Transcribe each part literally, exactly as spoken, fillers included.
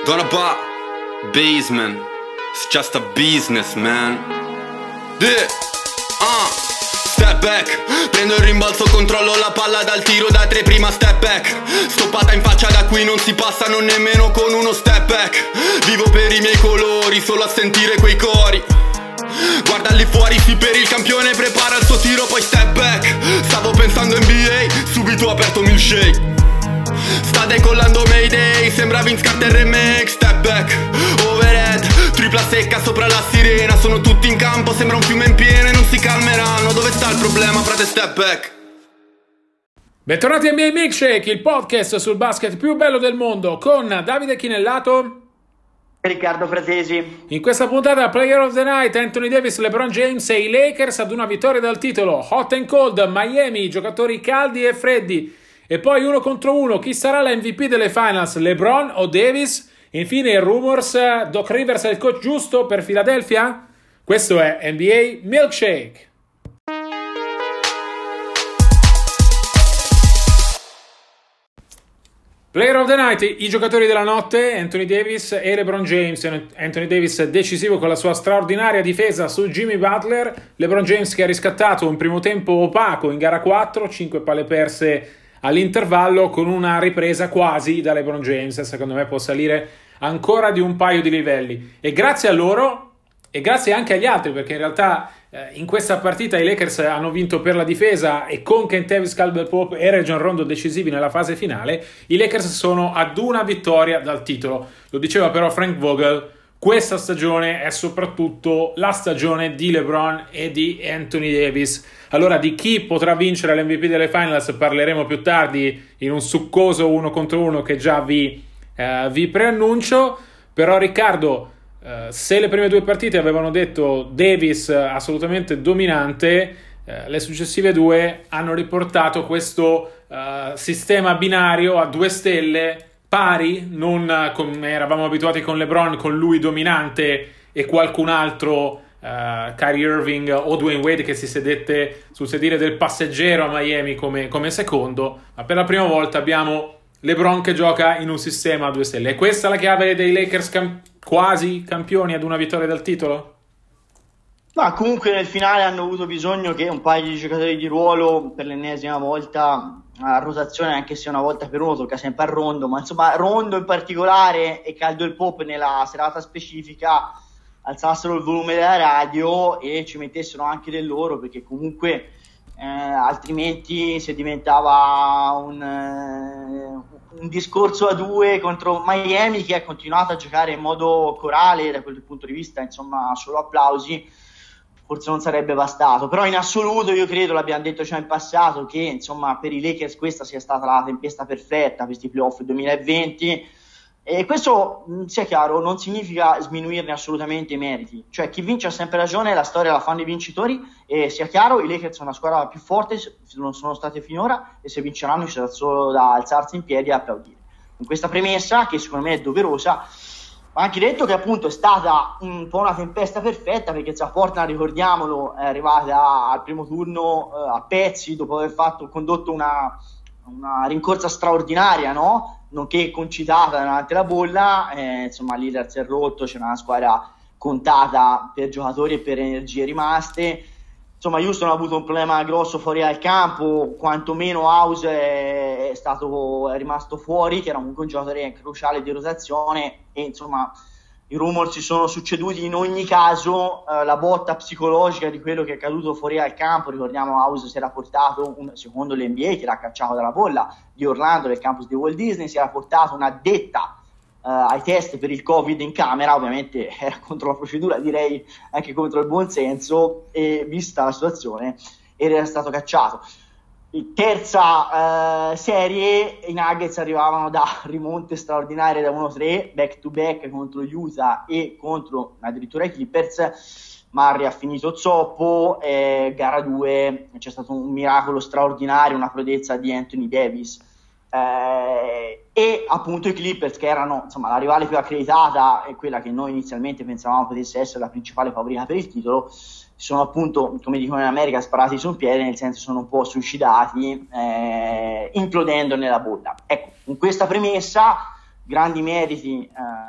Gonna buy basement. It's just a business, man. Yeah. Uh. Step back, prendo il rimbalzo, controllo la palla dal tiro da tre, prima step back. Stoppata in faccia, da qui non si passa non nemmeno con uno step back. Vivo per i miei colori, solo a sentire quei cori. Guarda lì fuori, sì, per il campione, prepara il suo tiro, poi step back. Stavo pensando N B A, subito ho aperto milkshake. Sta decollando Mayday, sembra Vince Carter remake. Step back, overhead, tripla secca sopra la sirena. Sono tutti in campo, sembra un fiume in piena e non si calmeranno. Dove sta il problema, frate? Step back. Bentornati a N B A Milkshake, il podcast sul basket più bello del mondo, con Davide Chinellato e Riccardo Fratesi. In questa puntata Player of the Night, Anthony Davis, LeBron James e i Lakers ad una vittoria dal titolo. Hot and cold, Miami, giocatori caldi e freddi. E poi uno contro uno, chi sarà la M V P delle finals, LeBron o Davis? Infine il rumors, Doc Rivers è il coach giusto per Philadelphia? Questo è N B A Milkshake. Player of the Night, i giocatori della notte, Anthony Davis e LeBron James. Anthony Davis decisivo con la sua straordinaria difesa su Jimmy Butler. LeBron James che ha riscattato un primo tempo opaco in gara quattro, cinque palle perse all'intervallo, con una ripresa quasi da LeBron James. Secondo me può salire ancora di un paio di livelli. E grazie a loro, e grazie anche agli altri, perché in realtà eh, in questa partita i Lakers hanno vinto per la difesa e con Kentavious Caldwell-Pope e Rajon Rondo decisivi nella fase finale, i Lakers sono ad una vittoria dal titolo. Lo diceva però Frank Vogel, questa stagione è soprattutto la stagione di LeBron e di Anthony Davis. Allora, di chi potrà vincere l'M V P delle finals parleremo più tardi in un succoso uno contro uno che già vi, eh, vi preannuncio. Però Riccardo, eh, se le prime due partite avevano detto Davis assolutamente dominante, eh, le successive due hanno riportato questo eh, sistema binario a due stelle pari, non come eravamo abituati con LeBron, con lui dominante e qualcun altro, uh, Kyrie Irving o Dwayne Wade, che si sedette sul sedile del passeggero a Miami come, come secondo. Ma per la prima volta abbiamo LeBron che gioca in un sistema a due stelle. È questa la chiave dei Lakers cam- quasi campioni ad una vittoria dal titolo? Ma comunque nel finale hanno avuto bisogno che un paio di giocatori di ruolo per l'ennesima volta a rotazione, anche se una volta per uno tocca sempre a Rondo, ma insomma Rondo in particolare e Caldwell-Pope nella serata specifica alzassero il volume della radio e ci mettessero anche del loro, perché comunque eh, altrimenti si diventava un, eh, un discorso a due contro Miami, che ha continuato a giocare in modo corale. Da quel punto di vista insomma solo applausi, forse non sarebbe bastato, però in assoluto io credo, l'abbiamo detto già in passato, che insomma per i Lakers questa sia stata la tempesta perfetta per questi playoff duemilaventi. E questo, sia chiaro, non significa sminuirne assolutamente i meriti, cioè chi vince ha sempre ragione, la storia la fanno i vincitori, e sia chiaro, i Lakers sono la squadra più forte, non sono state finora, e se vinceranno ci sarà solo da alzarsi in piedi e applaudire. Con questa premessa, che secondo me è doverosa, ho anche detto che appunto è stata un po' una tempesta perfetta, perché Portland, ricordiamolo, è arrivata al primo turno eh, a pezzi, dopo aver fatto, condotto una, una rincorsa straordinaria, no? Nonché concitata davanti alla bolla, eh, insomma Lillard si è rotto, c'era una squadra contata per giocatori e per energie rimaste. Insomma Houston ha avuto un problema grosso fuori dal campo, quantomeno House è, è stato è rimasto fuori, che era comunque un giocatore cruciale di rotazione, e insomma i rumor si sono succeduti. In ogni caso eh, la botta psicologica di quello che è accaduto fuori dal campo, ricordiamo House si era portato, un, secondo l'N B A che era cacciato dalla bolla di Orlando, del campus di Walt Disney, si era portato una addetta Uh, ai test per il Covid in camera, ovviamente era contro la procedura, direi anche contro il buon senso, e vista la situazione era stato cacciato. Terza uh, serie, i Nuggets arrivavano da rimonte straordinarie da uno tre back to back contro Utah e contro addirittura i Clippers. Murray ha finito zoppo, eh, gara due c'è stato un miracolo straordinario, una prodezza di Anthony Davis. Eh, e appunto i Clippers, che erano insomma la rivale più accreditata e quella che noi inizialmente pensavamo potesse essere la principale favorita per il titolo, sono appunto, come dicono in America, sparati sul piede, nel senso sono un po' suicidati, eh, implodendo nella bolla. Ecco, con questa premessa grandi meriti eh,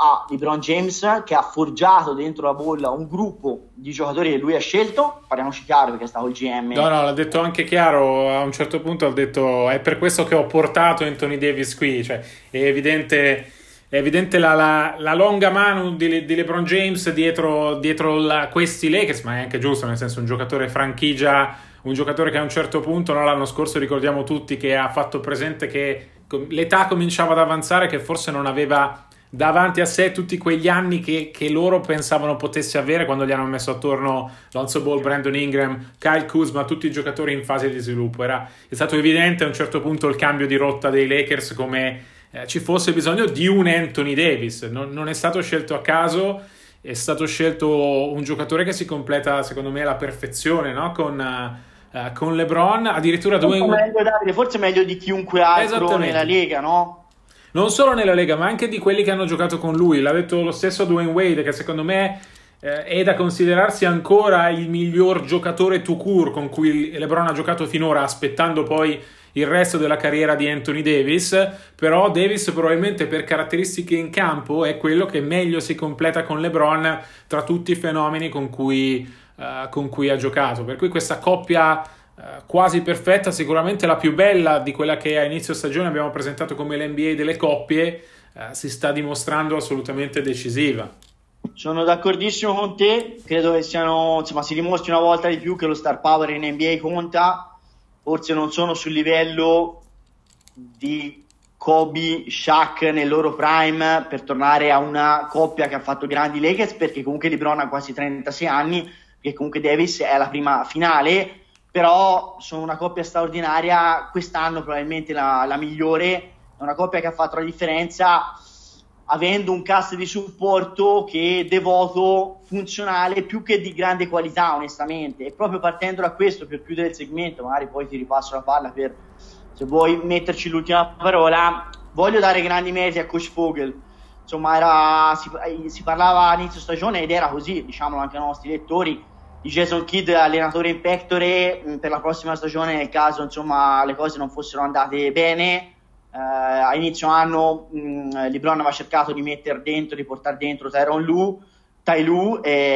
a LeBron James, che ha forgiato dentro la bolla un gruppo di giocatori che lui ha scelto. Parliamoci chiaro, perché stavo il G M. No, no, l'ha detto anche chiaro. A un certo punto ha detto: è per questo che ho portato Anthony Davis qui. Cioè, è evidente, è evidente la, la, la longa mano di, di LeBron James dietro, dietro la, questi Lakers, ma è anche giusto, nel senso, un giocatore franchigia, un giocatore che a un certo punto, no, l'anno scorso ricordiamo tutti che ha fatto presente che l'età cominciava ad avanzare, che forse non aveva davanti a sé tutti quegli anni che, che loro pensavano potesse avere quando gli hanno messo attorno Lonzo Ball, Brandon Ingram, Kyle Kuzma, tutti i giocatori in fase di sviluppo. Era, è stato evidente a un certo punto il cambio di rotta dei Lakers, come eh, ci fosse bisogno di un Anthony Davis. Non, non è stato scelto a caso, è stato scelto un giocatore che si completa secondo me alla perfezione, no? con, uh, con LeBron, addirittura due... Meglio, Davide, forse meglio di chiunque altro nella Lega, no? Non solo nella Lega, ma anche di quelli che hanno giocato con lui. L'ha detto lo stesso Dwayne Wade, che secondo me eh, è da considerarsi ancora il miglior giocatore tout court con cui LeBron ha giocato finora, aspettando poi il resto della carriera di Anthony Davis. Però Davis probabilmente per caratteristiche in campo è quello che meglio si completa con LeBron tra tutti i fenomeni con cui, uh, con cui ha giocato. Per cui questa coppia Uh, quasi perfetta, sicuramente la più bella di quella che a inizio stagione abbiamo presentato come l'N B A delle coppie, uh, si sta dimostrando assolutamente decisiva. Sono d'accordissimo con te, credo che siano, insomma, si dimostri una volta di più che lo star power in N B A conta. Forse non sono sul livello di Kobe, Shaq nel loro prime, per tornare a una coppia che ha fatto grandi Lakers, perché comunque LeBron ha quasi trentasei anni, che comunque Davis è la prima finale. Però sono una coppia straordinaria, quest'anno probabilmente la, la migliore, è una coppia che ha fatto la differenza avendo un cast di supporto che è devoto, funzionale, più che di grande qualità onestamente. E proprio partendo da questo, per chiudere il segmento, magari poi ti ripasso la palla per, se vuoi metterci l'ultima parola, voglio dare grandi meriti a Coach Vogel. Insomma, era, si, si parlava a inizio stagione ed era così, diciamolo anche ai nostri lettori, di Jason Kidd allenatore in pectore per la prossima stagione nel caso insomma le cose non fossero andate bene. Eh, a inizio anno mh, LeBron aveva cercato di mettere dentro, di portare dentro Tyronn Lue, Ty Lue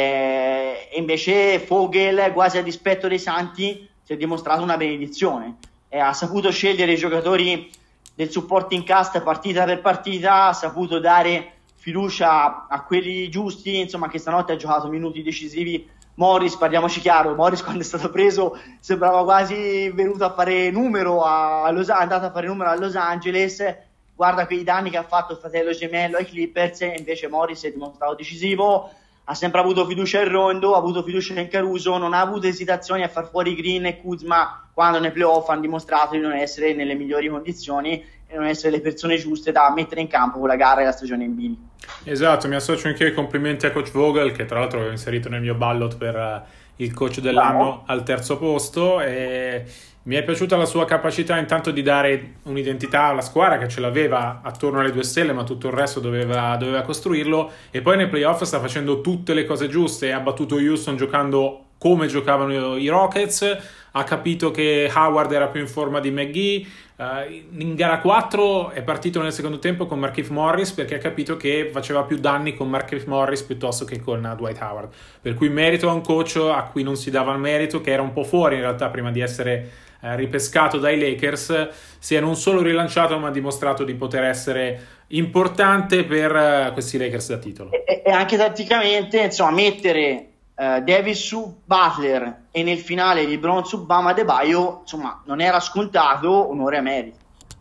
e, e invece Vogel, quasi a dispetto dei Santi, si è dimostrato una benedizione e ha saputo scegliere i giocatori del supporting cast partita per partita, ha saputo dare fiducia a quelli giusti, insomma, che stanotte ha giocato minuti decisivi. Morris, parliamoci chiaro, Morris quando è stato preso sembrava quasi venuto a fare numero a Los, è andato a fare numero a Los Angeles. Guarda quei danni che ha fatto il fratello gemello ai Clippers, e invece Morris è dimostrato decisivo, ha sempre avuto fiducia in Rondo, ha avuto fiducia in Caruso, non ha avuto esitazioni a far fuori Green e Kuzma quando nei playoff hanno dimostrato di non essere nelle migliori condizioni e non essere le persone giuste da mettere in campo con la gara e la stagione in Bini. Esatto, mi associo anche ai complimenti a Coach Vogel, che tra l'altro ho inserito nel mio ballot per uh, il coach dell'anno Bravo. Al terzo posto, e mi è piaciuta la sua capacità intanto di dare un'identità alla squadra, che ce l'aveva attorno alle due stelle, ma tutto il resto doveva, doveva costruirlo, e poi nei playoff sta facendo tutte le cose giuste, ha battuto Houston giocando come giocavano i Rockets, ha capito che Howard era più in forma di McGee. Uh, in gara quattro è partito nel secondo tempo con Markieff Morris, perché ha capito che faceva più danni con Markieff Morris piuttosto che con uh, Dwight Howard, per cui merito a un coach a cui non si dava il merito, che era un po' fuori in realtà prima di essere uh, ripescato dai Lakers. Si è non solo rilanciato, ma ha dimostrato di poter essere importante per uh, questi Lakers da titolo, e, e anche tatticamente, insomma, mettere Uh, Davis su Butler e nel finale LeBron su Bam Adebayo, insomma, non era scontato, onore a merito.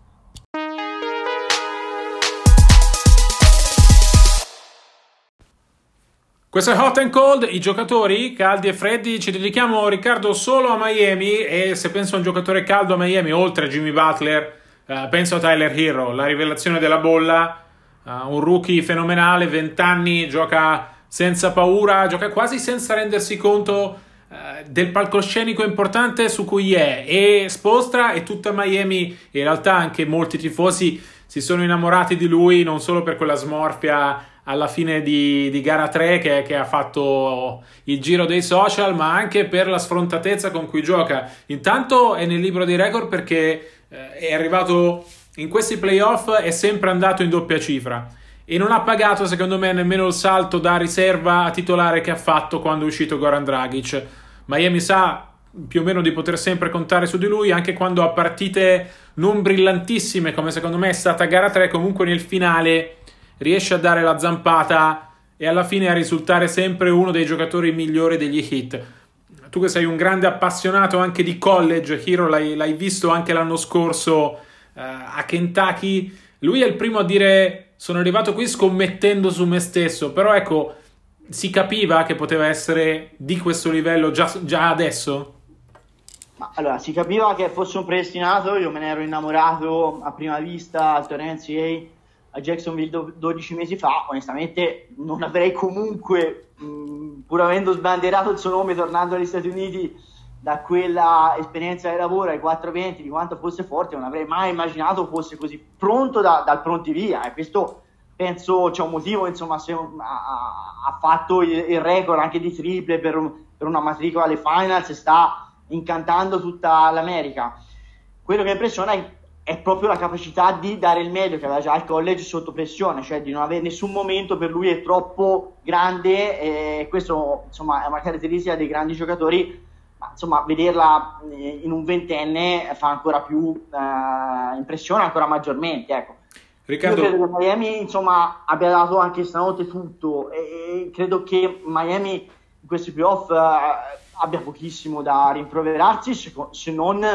Questo è Hot and Cold, i giocatori caldi e freddi. Ci dedichiamo, Riccardo, solo a Miami, e se penso a un giocatore caldo a Miami, oltre a Jimmy Butler, uh, penso a Tyler Hero, la rivelazione della bolla, uh, un rookie fenomenale, venti anni, gioca senza paura, gioca quasi senza rendersi conto eh, del palcoscenico importante su cui è, e Spoelstra e tutta Miami, in realtà anche molti tifosi, si sono innamorati di lui, non solo per quella smorfia alla fine di, di gara tre che, che ha fatto il giro dei social, ma anche per la sfrontatezza con cui gioca. Intanto è nel libro dei record perché eh, è arrivato in questi playoff, è sempre andato in doppia cifra, e non ha pagato secondo me nemmeno il salto da riserva a titolare che ha fatto quando è uscito Goran Dragic. Miami sa più o meno di poter sempre contare su di lui, anche quando ha partite non brillantissime come secondo me è stata gara tre, comunque nel finale riesce a dare la zampata e alla fine a risultare sempre uno dei giocatori migliori degli Heat. Tu che sei un grande appassionato anche di college, Hero, l'hai, l'hai visto anche l'anno scorso uh, a Kentucky, lui è il primo a dire sono arrivato qui scommettendo su me stesso, però ecco, si capiva che poteva essere di questo livello già, già adesso? Ma allora, si capiva che fosse un predestinato, io me ne ero innamorato a prima vista al torneo N C A a Jacksonville dodici mesi fa, onestamente non avrei comunque, mh, pur avendo sbandierato il suo nome tornando agli Stati Uniti da quella esperienza di lavoro ai quattro venti, di quanto fosse forte, non avrei mai immaginato fosse così pronto da, dal pronti via, e questo penso c'è un motivo, insomma, se ha, ha fatto il, il record anche di triple per, un, per una matricola alle finals e sta incantando tutta l'America. Quello che impressiona è è proprio la capacità di dare il meglio che aveva già al college sotto pressione, cioè di non avere nessun momento per lui è troppo grande, e questo insomma è una caratteristica dei grandi giocatori, ma insomma vederla in un ventenne fa ancora più eh, impressione, ancora maggiormente, ecco. Riccardo... Io credo che Miami insomma abbia dato anche stanotte tutto, e credo che Miami in questi playoff eh, abbia pochissimo da rimproverarsi, se non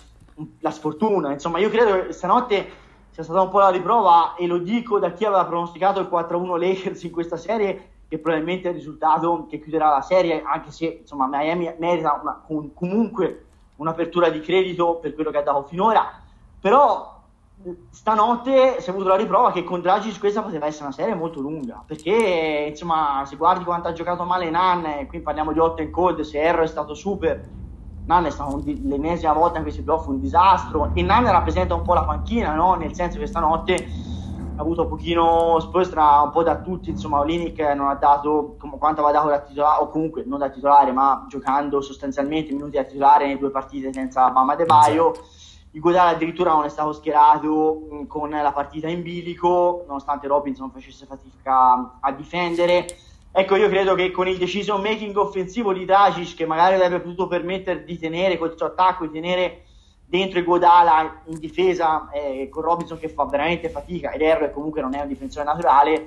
la sfortuna. Insomma, io credo che stanotte sia stata un po' la riprova, e lo dico da chi aveva pronosticato il quattro a uno Lakers in questa serie, che probabilmente è il risultato che chiuderà la serie, anche se insomma Miami merita una, comunque un'apertura di credito per quello che ha dato finora, però stanotte si è avuto la riprova che con Dragic questa poteva essere una serie molto lunga, perché insomma se guardi quanto ha giocato male Nan, qui parliamo di hot and cold, se Herro è stato super, Nan è stato un, l'ennesima volta in questi playoff un disastro, e Nan rappresenta un po' la panchina, no? Nel senso che stanotte ha avuto un pochino Spoelstra un po' da tutti, insomma Olynyk non ha dato come quanto aveva dato da titolare, o comunque non da titolare ma giocando sostanzialmente minuti da titolare nelle due partite senza Bam Adebayo. Iguodala addirittura non è stato schierato mh, con la partita in bilico, nonostante Robinson facesse fatica a difendere. Ecco, io credo che con il decision making offensivo di Dragic, che magari avrebbe potuto permettere di tenere col suo attacco, di tenere dentro Iguodala in difesa, eh, con Robinson che fa veramente fatica, ed Herro comunque non è un difensore naturale,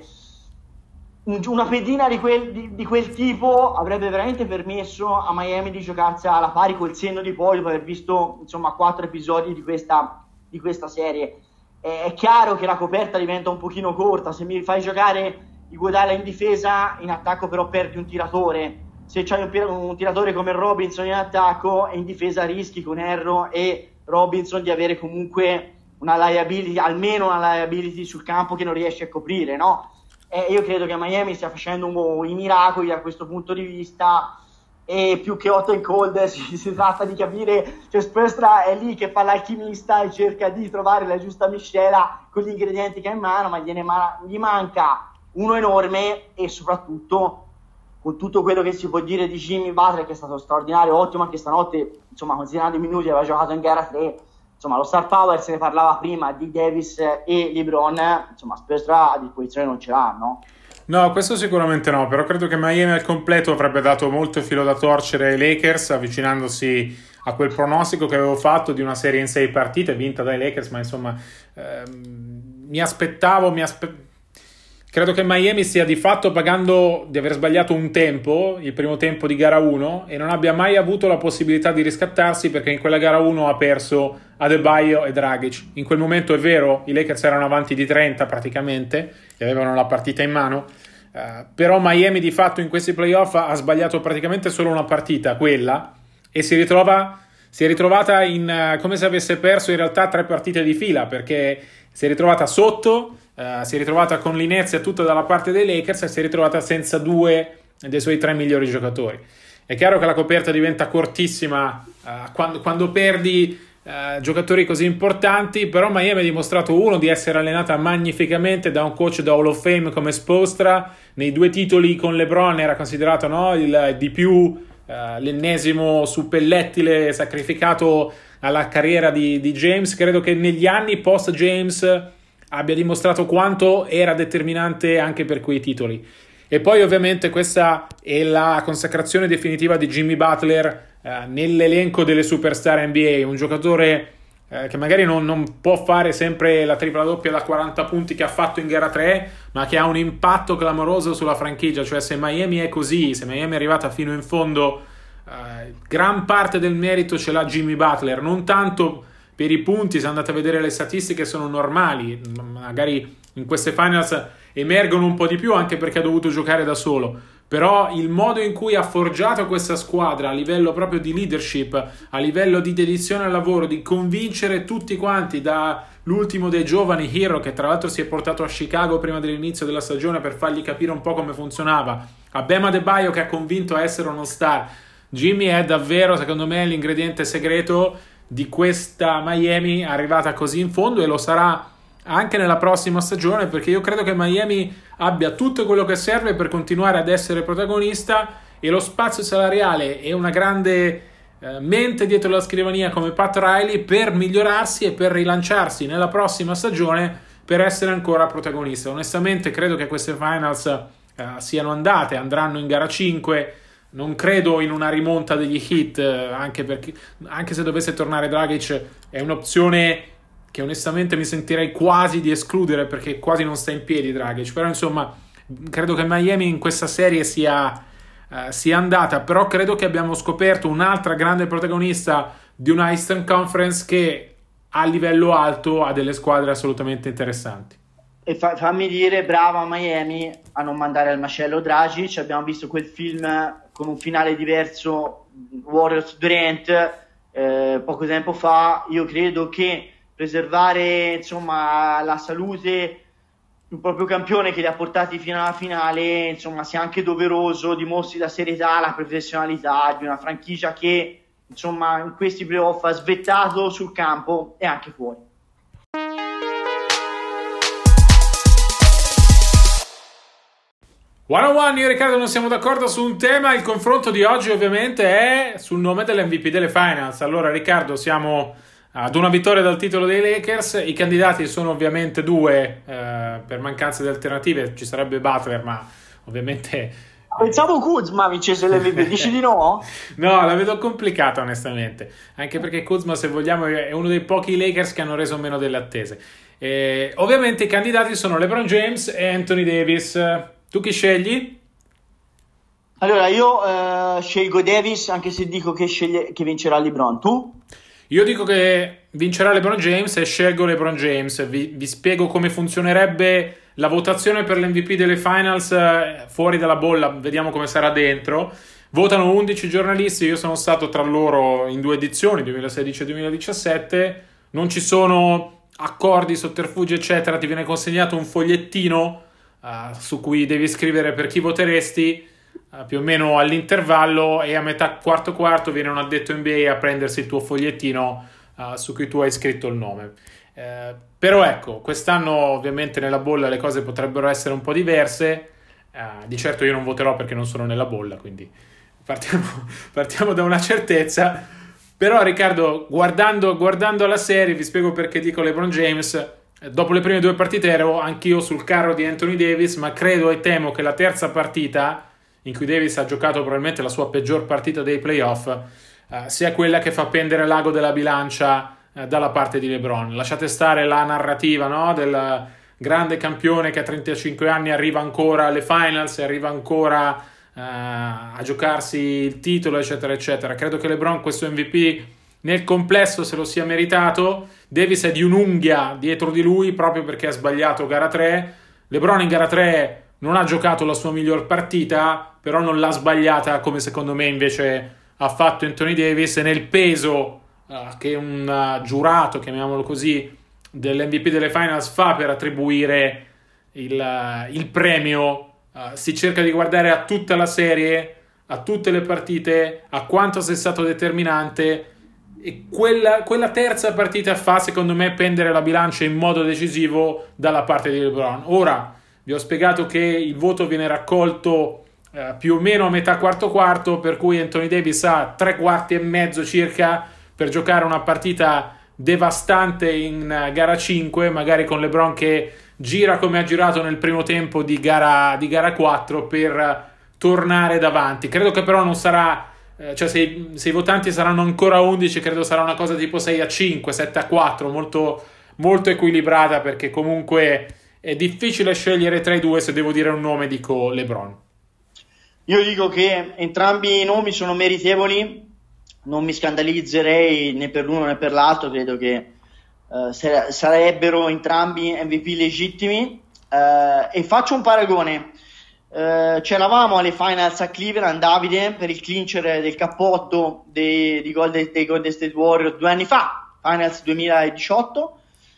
un, una pedina di quel, di, di quel tipo avrebbe veramente permesso a Miami di giocarsi alla pari, col senno di poi dopo aver visto insomma quattro episodi di questa, di questa serie. Eh, è chiaro che la coperta diventa un pochino corta, se mi fai giocare Iguodala in difesa, in attacco però perdi un tiratore. Se c'hai un, un tiratore come Robinson in attacco, e in difesa rischi con Herro e Robinson di avere comunque una liability, almeno una liability sul campo che non riesci a coprire, no? E io credo che Miami stia facendo un, i miracoli da questo punto di vista, e più che hot and cold si, si tratta di capire, cioè Spoelstra è lì che fa l'alchimista e cerca di trovare la giusta miscela con gli ingredienti che ha in mano, ma gliene ma- gli manca uno enorme, e soprattutto con tutto quello che si può dire di Jimmy Butler, che è stato straordinario, ottimo anche stanotte, insomma considerando i minuti aveva giocato in gara tre, insomma lo star power se ne parlava prima di Davis e LeBron, insomma Spoelstra a disposizione non ce l'ha, no? No, questo sicuramente no, però credo che Miami al completo avrebbe dato molto filo da torcere ai Lakers, avvicinandosi a quel pronostico che avevo fatto di una serie in sei partite vinta dai Lakers, ma insomma ehm, mi aspettavo, mi aspettavo credo che Miami stia di fatto pagando di aver sbagliato un tempo, il primo tempo di gara uno, e non abbia mai avuto la possibilità di riscattarsi, perché in quella gara uno ha perso Adebayo e Dragic. In quel momento è vero, i Lakers erano avanti di trenta praticamente, e avevano la partita in mano, uh, però Miami di fatto in questi playoff ha sbagliato praticamente solo una partita, quella, e si ritrova si è ritrovata in uh, come se avesse perso in realtà tre partite di fila, perché si è ritrovata sotto, Uh, si è ritrovata con l'inezia tutta dalla parte dei Lakers, e si è ritrovata senza due dei suoi tre migliori giocatori. È chiaro che la coperta diventa cortissima uh, quando, quando perdi uh, giocatori così importanti, però Miami ha dimostrato, uno, di essere allenata magnificamente da un coach da Hall of Fame come Spoelstra. Nei due titoli con LeBron era considerato, no, il di più, uh, l'ennesimo suppellettile sacrificato alla carriera di, di James. Credo che negli anni post James abbia dimostrato quanto era determinante anche per quei titoli. E poi ovviamente questa è la consacrazione definitiva di Jimmy Butler eh, nell'elenco delle superstar N B A, un giocatore eh, che magari non, non può fare sempre la tripla doppia da quaranta punti che ha fatto in gara tre, ma che ha un impatto clamoroso sulla franchigia. Cioè, se Miami è così, se Miami è arrivata fino in fondo, eh, gran parte del merito ce l'ha Jimmy Butler, non tanto per i punti, se andate a vedere le statistiche sono normali, magari in queste finals emergono un po' di più anche perché ha dovuto giocare da solo, però il modo in cui ha forgiato questa squadra a livello proprio di leadership, a livello di dedizione al lavoro, di convincere tutti quanti, dall'ultimo dei giovani Hero, che tra l'altro si è portato a Chicago prima dell'inizio della stagione per fargli capire un po' come funzionava, a Bam Adebayo che ha convinto a essere uno star. Jimmy è davvero, secondo me, l'ingrediente segreto di questa Miami arrivata così in fondo, e lo sarà anche nella prossima stagione, perché io credo che Miami abbia tutto quello che serve per continuare ad essere protagonista, e lo spazio salariale e una grande eh, mente dietro la scrivania come Pat Riley per migliorarsi e per rilanciarsi nella prossima stagione per essere ancora protagonista. Onestamente credo che queste finals eh, siano andate, andranno in gara cinque. Non credo in una rimonta degli Heat, eh, anche, perché, anche se dovesse tornare Dragic è un'opzione che onestamente mi sentirei quasi di escludere, perché quasi non sta in piedi Dragic. Però insomma credo che Miami in questa serie sia, uh, sia andata, però credo che abbiamo scoperto un'altra grande protagonista di una Eastern Conference che a livello alto ha delle squadre assolutamente interessanti. E fa- fammi dire, brava Miami a non mandare al macello Dragic. Abbiamo visto quel film con un finale diverso, Warriors Durant, eh, poco tempo fa. Io credo che preservare insomma la salute di un proprio campione che li ha portati fino alla finale insomma sia anche doveroso, dimostri la serietà, la professionalità di una franchigia che insomma in questi playoff ha svettato sul campo e anche fuori. uno oh uno, io e Riccardo non siamo d'accordo su un tema. Il confronto di oggi ovviamente è sul nome dell'M V P delle finals. Allora Riccardo, siamo ad una vittoria dal titolo dei Lakers. I candidati sono ovviamente due, eh, per mancanza di alternative ci sarebbe Butler, ma ovviamente pensavo Kuzma vincesse l'M V P. Dici di no? No, la vedo complicata onestamente, anche perché Kuzma, se vogliamo, è uno dei pochi Lakers che hanno reso meno delle attese. Eh, ovviamente i candidati sono LeBron James e Anthony Davis. Tu chi scegli? Allora io eh, scelgo Davis, anche se dico che, sceglie, che vincerà LeBron. Tu? Io dico che vincerà LeBron James e scelgo LeBron James. Vi, vi spiego come funzionerebbe la votazione per l'M V P delle finals eh, fuori dalla bolla, vediamo come sarà dentro. Votano undici giornalisti, io sono stato tra loro in due edizioni, duemilasedici e duemiladiciassette. Non ci sono accordi, sotterfugi eccetera, ti viene consegnato un fogliettino Uh, su cui devi scrivere per chi voteresti uh, più o meno all'intervallo, e a metà quarto quarto viene un addetto N B A a prendersi il tuo fogliettino uh, su cui tu hai scritto il nome. Uh, però ecco, quest'anno ovviamente nella bolla le cose potrebbero essere un po' diverse. Uh, di certo io non voterò perché non sono nella bolla, quindi partiamo, partiamo da una certezza. Però Riccardo, guardando, guardando la serie, vi spiego perché dico LeBron James. Dopo le prime due partite ero anch'io sul carro di Anthony Davis, ma credo e temo che la terza partita, in cui Davis ha giocato probabilmente la sua peggior partita dei playoff, eh, sia quella che fa pendere l'ago della bilancia eh, dalla parte di LeBron. Lasciate stare la narrativa, no, del grande campione che a trentacinque anni arriva ancora alle finals e arriva ancora eh, a giocarsi il titolo, eccetera, eccetera. Credo che LeBron questo M V P nel complesso se lo sia meritato. Davis è di un'unghia dietro di lui proprio perché ha sbagliato gara tre. LeBron in gara tre non ha giocato la sua miglior partita, però non l'ha sbagliata come secondo me invece ha fatto Anthony Davis, e nel peso uh, che un uh, giurato, chiamiamolo così, dell'M V P delle finals fa per attribuire il, uh, il premio, uh, si cerca di guardare a tutta la serie, a tutte le partite, a quanto sei stato determinante. E quella, quella terza partita fa, secondo me, pendere la bilancia in modo decisivo dalla parte di LeBron. Ora, vi ho spiegato che il voto viene raccolto eh, più o meno a metà quarto quarto, per cui Anthony Davis ha tre quarti e mezzo circa per giocare una partita devastante in gara cinque, magari con LeBron che gira come ha girato nel primo tempo di gara, di gara quattro per tornare davanti. Credo che però non sarà, eh, cioè se, se i votanti saranno ancora undici, credo sarà una cosa tipo sei a cinque, sette a quattro, molto, molto equilibrata, perché comunque è difficile scegliere tra i due. Se devo dire un nome, dico LeBron. Io dico che entrambi i nomi sono meritevoli, non mi scandalizzerei né per l'uno né per l'altro, credo che uh, sarebbero entrambi M V P legittimi, uh, e faccio un paragone. Uh, c'eravamo alle finals a Cleveland, Davide, per il clincher del cappotto dei, di Golden, dei Golden State Warriors due anni fa, finals duemiladiciotto,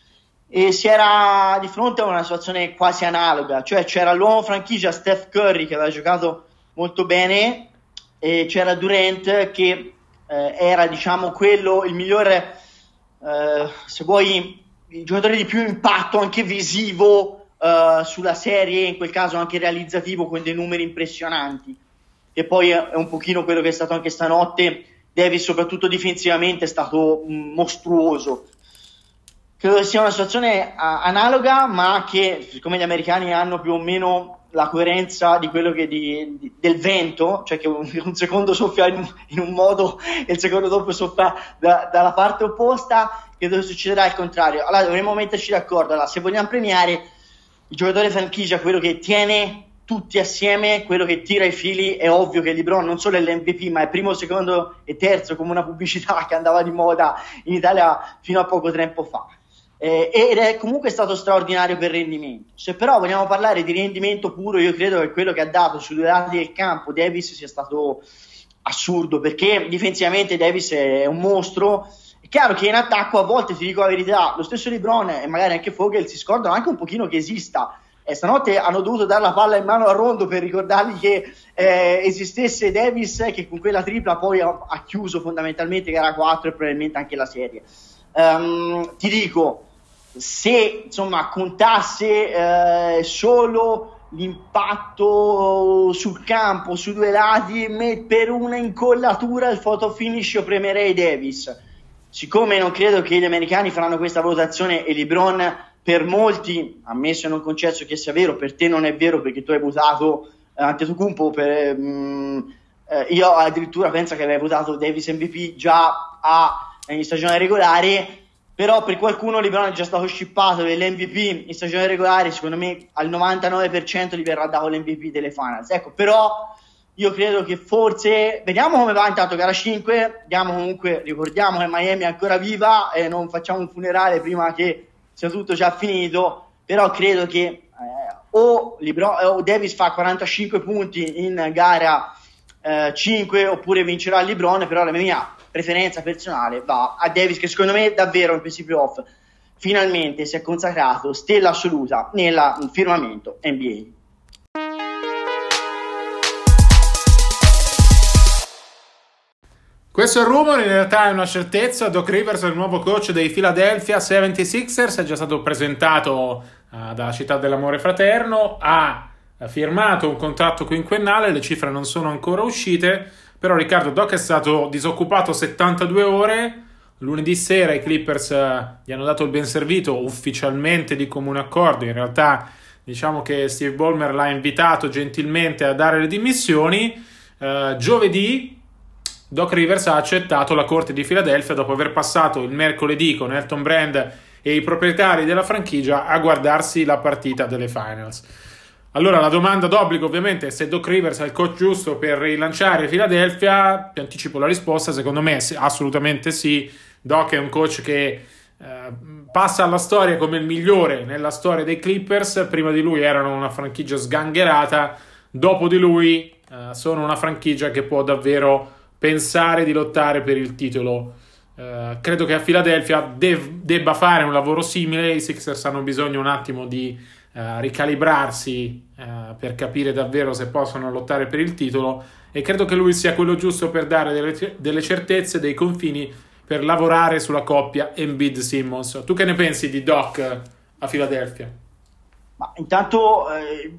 e si era di fronte a una situazione quasi analoga, cioè c'era l'uomo franchigia Steph Curry che aveva giocato molto bene, e c'era Durant che eh, era, diciamo, quello, il migliore, eh, se vuoi, il giocatore di più impatto anche visivo eh, sulla serie, in quel caso anche realizzativo, con dei numeri impressionanti. E poi è un pochino quello che è stato anche stanotte. Davis, soprattutto difensivamente, è stato mh, mostruoso. Credo che sia una situazione a- analoga, ma che, siccome gli americani hanno più o meno la coerenza di quello che di, di, del vento, cioè che un, un secondo soffia in, in un modo e il secondo dopo soffia da, dalla parte opposta, credo che succederà il contrario. Allora dovremmo metterci d'accordo. Allora, se vogliamo premiare il giocatore franchigia, quello che tiene tutti assieme, quello che tira i fili, è ovvio che LeBron non solo è l'M V P, ma è primo, secondo e terzo, come una pubblicità che andava di moda in Italia fino a poco tempo fa. Eh, ed è comunque stato straordinario per rendimento. Se però vogliamo parlare di rendimento puro, io credo che quello che ha dato sui due lati del campo Davis sia stato assurdo, perché difensivamente Davis è un mostro. È chiaro che in attacco a volte, ti dico la verità, lo stesso LeBron e magari anche Vogel si scordano anche un pochino che esista. E stanotte hanno dovuto dare la palla in mano a Rondo per ricordargli che eh, esistesse Davis, che con quella tripla poi ha, ha chiuso fondamentalmente gara quattro e probabilmente anche la serie. Um, ti dico, se insomma contasse eh, solo l'impatto sul campo, su due lati, me, per una incollatura il photo finish io premerei Davis. Siccome non credo che gli americani faranno questa valutazione, e LeBron per molti, ammesso e non concesso che sia vero, per te non è vero perché tu hai votato eh, Antetokounmpo, per, mh, eh, io addirittura penso che avevi votato Davis M V P già a in stagione regolare, però per qualcuno LeBron è già stato shippato dell'M V P in stagione regolare. Secondo me al novantanove per cento gli verrà dato l'M V P delle finals. Ecco, però io credo che forse vediamo come va intanto gara cinque, vediamo, comunque ricordiamo che Miami è ancora viva e non facciamo un funerale prima che sia tutto già finito, però credo che eh, o, LeBron, o Davis fa quarantacinque punti in gara eh, cinque oppure vincerà LeBron, però la mia preferenza personale va a Davis, che secondo me davvero in questi playoff finalmente si è consacrato stella assoluta nel firmamento N B A. Questo è il rumore, in realtà è una certezza. Doc Rivers è il nuovo coach dei Philadelphia settantasei ers, è già stato presentato uh, dalla città dell'amore fraterno, ha firmato un contratto quinquennale, le cifre non sono ancora uscite, però Riccardo, Doc è stato disoccupato settantadue ore, lunedì sera i Clippers uh, gli hanno dato il ben servito ufficialmente di comune accordo, in realtà diciamo che Steve Ballmer l'ha invitato gentilmente a dare le dimissioni. uh, giovedì Doc Rivers ha accettato la corte di Philadelphia dopo aver passato il mercoledì con Elton Brand e i proprietari della franchigia a guardarsi la partita delle finals. Allora la domanda d'obbligo ovviamente è se Doc Rivers è il coach giusto per rilanciare Philadelphia. Ti anticipo la risposta: secondo me assolutamente sì. Doc è un coach che eh, passa alla storia come il migliore nella storia dei Clippers. Prima di lui erano una franchigia sgangherata, dopo di lui eh, sono una franchigia che può davvero pensare di lottare per il titolo. Uh, credo che a Philadelphia dev- debba fare un lavoro simile. I Sixers hanno bisogno un attimo di uh, ricalibrarsi uh, per capire davvero se possono lottare per il titolo, e credo che lui sia quello giusto per dare delle, delle certezze, dei confini, per lavorare sulla coppia Embiid-Simmons. Tu che ne pensi di Doc a Philadelphia? Ma intanto eh...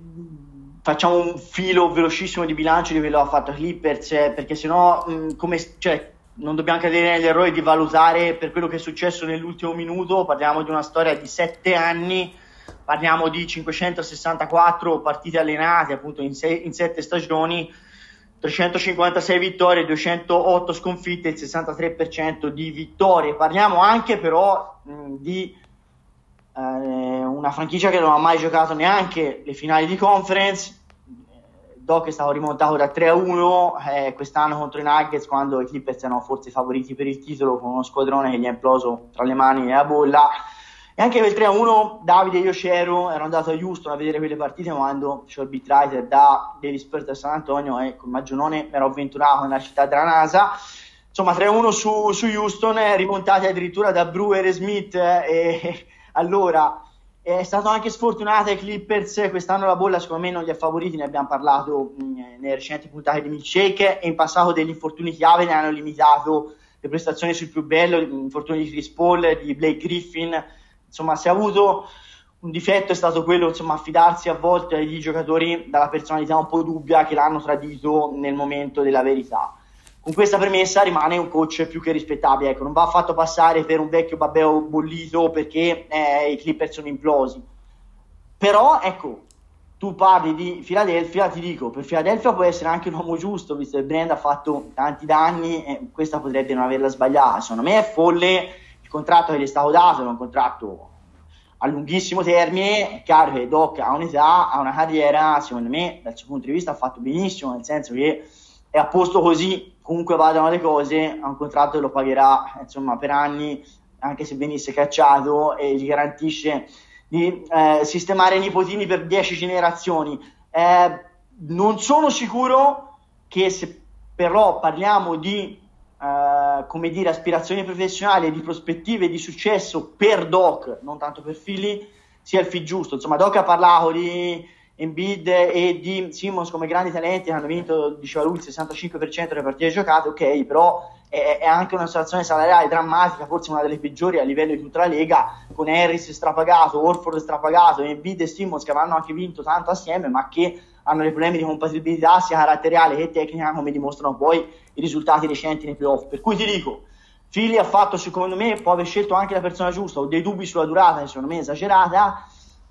facciamo un filo velocissimo di bilancio di quello che ha fatto Clippers, eh, perché sennò mh, come, cioè, non dobbiamo cadere nell'errore di valutare per quello che è successo nell'ultimo minuto. Parliamo di una storia di sette anni, parliamo di cinquecentosessantaquattro partite allenate appunto in, sei, in sette stagioni, trecentocinquantasei vittorie, duecentootto sconfitte, il sessantatré per cento di vittorie. Parliamo anche però mh, di eh, una franchigia che non ha mai giocato neanche le finali di conference. Doc è stato rimontato da tre a uno eh, quest'anno contro i Nuggets, quando i Clippers erano forse favoriti per il titolo, con uno squadrone che gli è imploso tra le mani e la bolla. E anche quel tre a uno Davide e io c'ero, ero andato a Houston a vedere quelle partite quando c'è il beat writer da Daily Spurs a San Antonio e con Maggiolone mi ero avventurato nella città della NASA. Insomma, tre a uno su, su Houston, eh, rimontati addirittura da Brewer e Smith, eh, e allora è stato anche sfortunato ai Clippers. Quest'anno la bolla secondo me non li ha favoriti, ne abbiamo parlato mh, nelle recenti puntate di Milkshake, e in passato degli infortuni chiave ne hanno limitato le prestazioni sul più bello, gli infortuni di Chris Paul, di Blake Griffin. Insomma, se ha avuto un difetto è stato quello, insomma, affidarsi a volte agli giocatori dalla personalità un po' dubbia che l'hanno tradito nel momento della verità. Con questa premessa rimane un coach più che rispettabile, ecco, non va fatto passare per un vecchio babbeo bollito perché eh, i Clippers sono implosi. Però ecco, tu parli di Philadelphia, ti dico, per Philadelphia può essere anche un uomo giusto, visto che Brand ha fatto tanti danni e questa potrebbe non averla sbagliata. Secondo me è folle il contratto che gli è stato dato, è un contratto a lunghissimo termine. È chiaro che Doc ha un'età, ha una carriera, secondo me dal suo punto di vista ha fatto benissimo, nel senso che è a posto così, comunque vadano le cose, ha un contratto che lo pagherà insomma per anni, anche se venisse cacciato, e gli garantisce di eh, sistemare i nipotini per dieci generazioni. Eh, non sono sicuro che, se però parliamo di Uh, come dire, aspirazioni professionali e di prospettive di successo per Doc, non tanto per Philly, sia il fit giusto. Insomma, Doc ha parlato di Embiid e di Simmons come grandi talenti che hanno vinto, diceva lui, il sessantacinque per cento delle partite giocate, ok, però è, è anche una situazione salariale drammatica, forse una delle peggiori a livello di tutta la Lega, con Harris strapagato, Horford strapagato, Embiid e Simmons che avranno anche vinto tanto assieme, ma che hanno dei problemi di compatibilità sia caratteriale che tecnica, come dimostrano poi i risultati recenti nei playoff. Per cui ti dico, Philly ha fatto, secondo me, può aver scelto anche la persona giusta. Ho dei dubbi sulla durata, secondo me esagerata.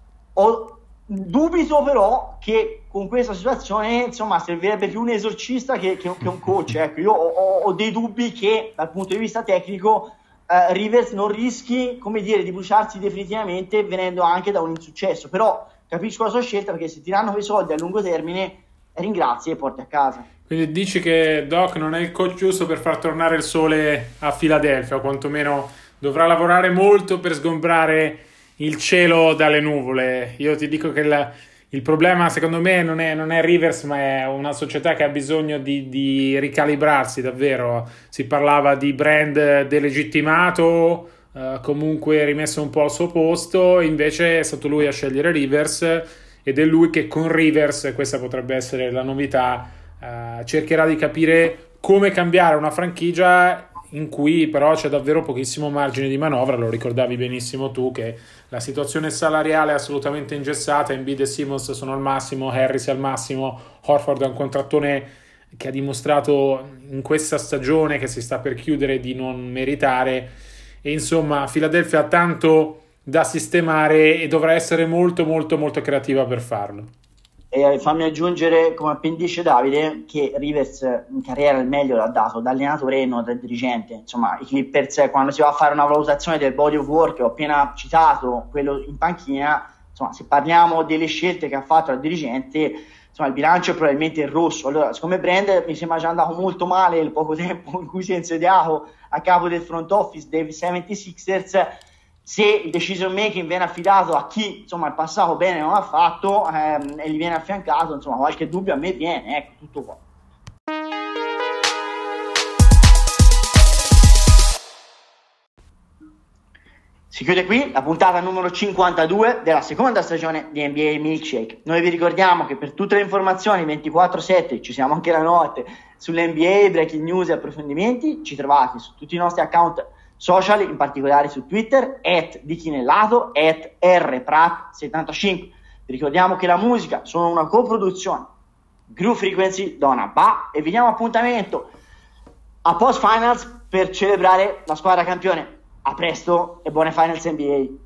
Ho dubito però che con questa situazione, insomma, servirebbe più un esorcista che, che, che un coach. Ecco, io ho, ho dei dubbi che dal punto di vista tecnico eh, Rivers non rischi, come dire, di bruciarsi definitivamente venendo anche da un insuccesso. Però capisco la sua scelta, perché se ti danno quei soldi a lungo termine ringrazi e porti a casa. Quindi dici che Doc non è il coach giusto per far tornare il sole a Philadelphia, o quantomeno dovrà lavorare molto per sgombrare il cielo dalle nuvole. Io ti dico che il, il problema secondo me non è, non è Rivers, ma è una società che ha bisogno di, di ricalibrarsi davvero. Si parlava di Brand delegittimato, Uh, comunque rimesso un po' al suo posto, invece è stato lui a scegliere Rivers, ed è lui che con Rivers, questa potrebbe essere la novità, uh, cercherà di capire come cambiare una franchigia in cui però c'è davvero pochissimo margine di manovra. Lo ricordavi benissimo tu che la situazione salariale è assolutamente ingessata, Embiid e Simmons sono al massimo, Harris è al massimo, Horford ha un contrattone che ha dimostrato in questa stagione che si sta per chiudere di non meritare. E insomma, Philadelphia ha tanto da sistemare e dovrà essere molto molto molto creativa per farlo. E fammi aggiungere come appendice, Davide, che Rivers in carriera il meglio l'ha dato da allenatore e non da dirigente. Insomma, i Clippers, quando si va a fare una valutazione del body of work, ho appena citato quello in panchina, insomma, se parliamo delle scelte che ha fatto il dirigente, insomma, il bilancio è probabilmente il rosso. Allora, siccome Brand mi sembra già andato molto male il poco tempo in cui si è insediato a capo del front office dei settantasei ers, se il decision making viene affidato a chi, insomma, il passato bene non ha fatto, ehm, e gli viene affiancato, insomma, qualche dubbio a me viene, ecco, tutto qua. Si chiude qui la puntata numero cinquantadue della seconda stagione di N B A Milkshake. Noi vi ricordiamo che per tutte le informazioni ventiquattro sette, ci siamo anche la notte, sull'N B A, breaking news e approfondimenti, ci trovate su tutti i nostri account social, in particolare su Twitter, at dichinellato, at rprat settantacinque. Vi ricordiamo che la musica sono una coproduzione Groove Frequency, Donna Ba, e vi diamo appuntamento a post finals per celebrare la squadra campione. A presto e buone finals N B A.